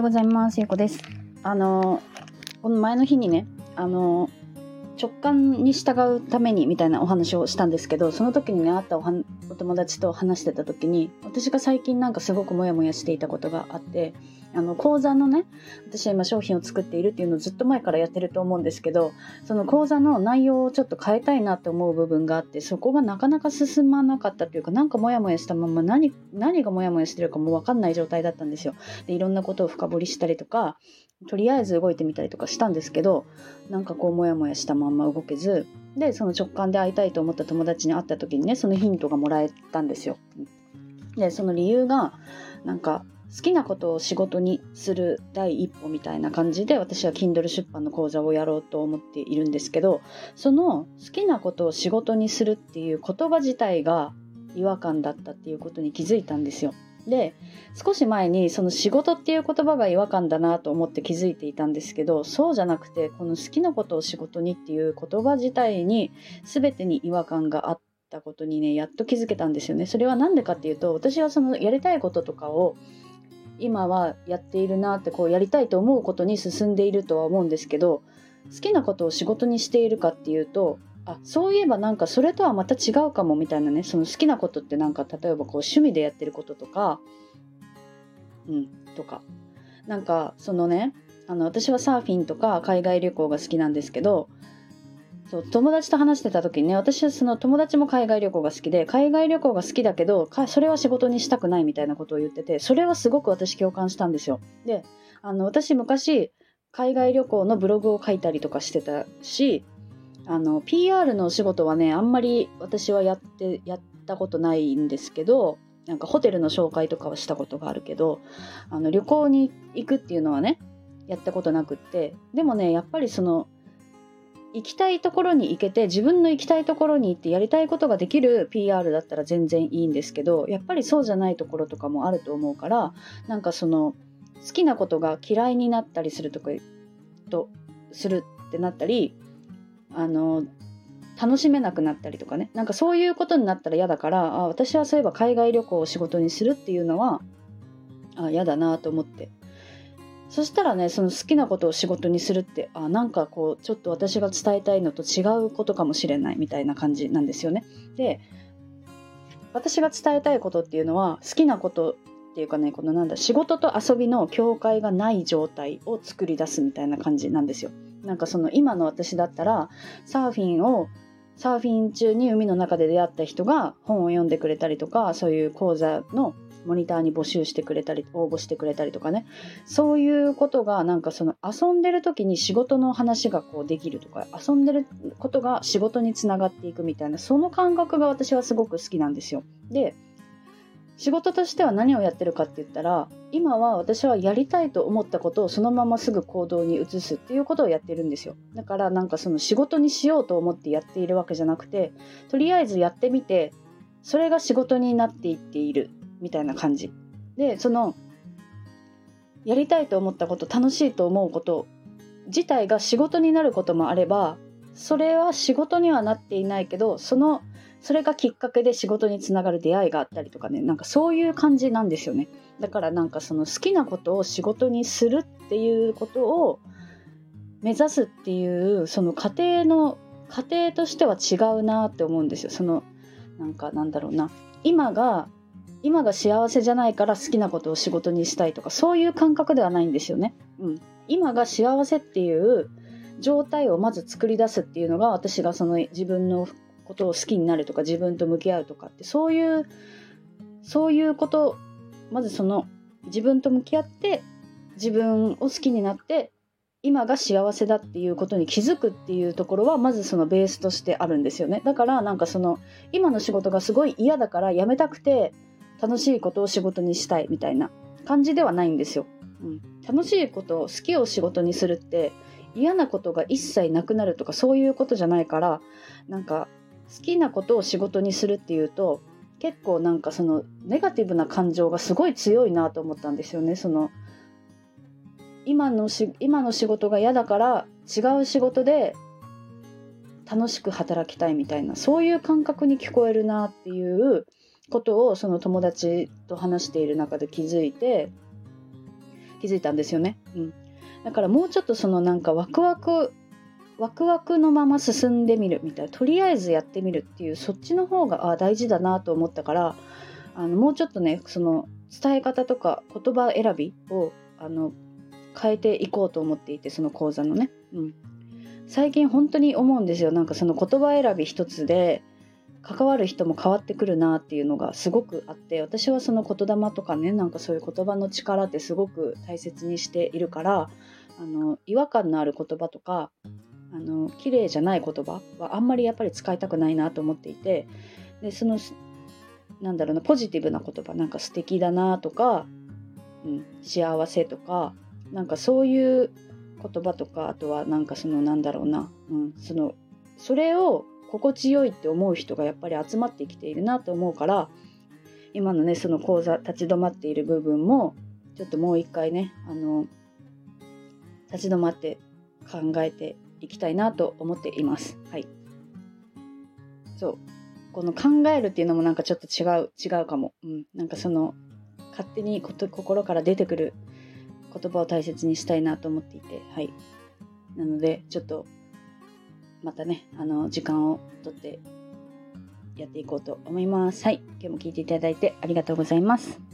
ございます。ゆうこです。この前の日にね、直感に従うためにみたいなお話をしたんですけど、その時にね、会ったお友達と話してた時に、私が最近なんかすごくモヤモヤしていたことがあって、講座のね、私は今商品を作っているっていうのをずっと前からやってると思うんですけど、その講座の内容をちょっと変えたいなって思う部分があって、そこがなかなか進まなかったというか、なんかモヤモヤしたまま何がモヤモヤしてるかも分かんない状態だったんですよ。で、いろんなことを深掘りしたりとか、とりあえず動いてみたりとかしたんですけど、なんかこうモヤモヤしたまんま動けず、でその直感で会いたいと思った友達に会った時にね、そのヒントがもらえたんですよ。でその理由がなんか好きなことを仕事にする第一歩みたいな感じで、私は Kindle 出版の講座をやろうと思っているんですけど、その好きなことを仕事にするっていう言葉自体が違和感だったっていうことに気づいたんですよ。で少し前にその仕事っていう言葉が違和感だなと思って気づいていたんですけど、そうじゃなくてこの好きなことを仕事にっていう言葉自体に全てに違和感があったことにね、やっと気づけたんですよね。それはなんでかっていうと、私はそのやりたいこととかを今はやっているなって、こうやりたいと思うことに進んでいるとは思うんですけど、好きなことを仕事にしているかっていうと、そういえばなんかそれとはまた違うかもみたいなね。その好きなことってなんか例えばこう趣味でやってることとか、とかなんかそのね、私はサーフィンとか海外旅行が好きなんですけど、そう友達と話してた時にね、私はその友達も海外旅行が好きで、海外旅行が好きだけどそれは仕事にしたくないみたいなことを言ってて、それはすごく私共感したんですよ。で私昔海外旅行のブログを書いたりとかしてたし、PR のお仕事はね、あんまり私はやったことないんですけど、なんかホテルの紹介とかはしたことがあるけど、旅行に行くっていうのはね、やったことなくって、でもね、やっぱりその行きたいところに行けて、自分の行きたいところに行ってやりたいことができる PR だったら全然いいんですけど、やっぱりそうじゃないところとかもあると思うから、なんかその好きなことが嫌いになったりするするってなったり、楽しめなくなったりとかね、なんかそういうことになったら嫌だから、私はそういえば海外旅行を仕事にするっていうのは嫌だなと思って、そしたらね、その好きなことを仕事にするって、なんかこうちょっと私が伝えたいのと違うことかもしれないみたいな感じなんですよね。で私が伝えたいことっていうのは、好きなことっていうかね、この仕事と遊びの境界がない状態を作り出すみたいな感じなんですよ。なんかその今の私だったら、サーフィン中に海の中で出会った人が本を読んでくれたりとか、そういう講座のモニターに募集してくれたり、応募してくれたりとかね、そういうことがなんかその遊んでる時に仕事の話がこうできるとか、遊んでることが仕事につながっていくみたいな、その感覚が私はすごく好きなんですよ。で仕事としては何をやってるかって言ったら、今は私はやりたいと思ったことをそのまますぐ行動に移すっていうことをやってるんですよ。だからなんかその仕事にしようと思ってやっているわけじゃなくて、とりあえずやってみて、それが仕事になっていっているみたいな感じで、そのやりたいと思ったこと、楽しいと思うこと自体が仕事になることもあれば、それは仕事にはなっていないけど、それがきっかけで仕事につながる出会いがあったりとかね、なんかそういう感じなんですよね。だからなんかその好きなことを仕事にするっていうことを目指すっていう、その過程としては違うなって思うんですよ。そのなんだろうな、今が幸せじゃないから好きなことを仕事にしたいとか、そういう感覚ではないんですよね。今が幸せっていう状態をまず作り出すっていうのが、私がその自分のことを好きになるとか、自分と向き合うとかって、そういうこと、まずその自分と向き合って自分を好きになって今が幸せだっていうことに気づくっていうところは、まずそのベースとしてあるんですよね。だからなんかその今の仕事がすごい嫌だから辞めたくて、楽しいことを仕事にしたいみたいな感じではないんですよ。楽しいこと、好きを仕事にするって嫌なことが一切なくなるとか、そういうことじゃないから、なんか好きなことを仕事にするっていうと、結構なんかそのネガティブな感情がすごい強いなと思ったんですよね。その今の仕事が嫌だから違う仕事で楽しく働きたいみたいな、そういう感覚に聞こえるなっていうことを、その友達と話している中で気づいて、 気づいたんですよね。だからもうちょっとそのなんかワクワクのまま進んでみるみたいな、とりあえずやってみるっていう、そっちの方が大事だなと思ったから、もうちょっとねその伝え方とか言葉選びを変えていこうと思っていて、その講座のね、最近本当に思うんですよ。なんかその言葉選び一つで関わる人も変わってくるなっていうのがすごくあって、私はその言霊とかね、なんかそういう言葉の力ってすごく大切にしているから、違和感のある言葉とか綺麗じゃない言葉はあんまりやっぱり使いたくないなと思っていて、でそのなんだろうな、ポジティブな言葉、なんか素敵だなとか、幸せとか、なんかそういう言葉とか、あとはなんかそのなんだろうな、それを心地よいって思う人がやっぱり集まってきているなと思うから、今のねその講座立ち止まっている部分もちょっともう一回ね立ち止まって考えていきたいなと思っています。はい。そう、この考えるっていうのもなんかちょっと違うかも。なんかその勝手に心から出てくる言葉を大切にしたいなと思っていて、はい。なのでちょっとまたね時間をとってやっていこうと思います。はい。今日も聞いていただいてありがとうございます。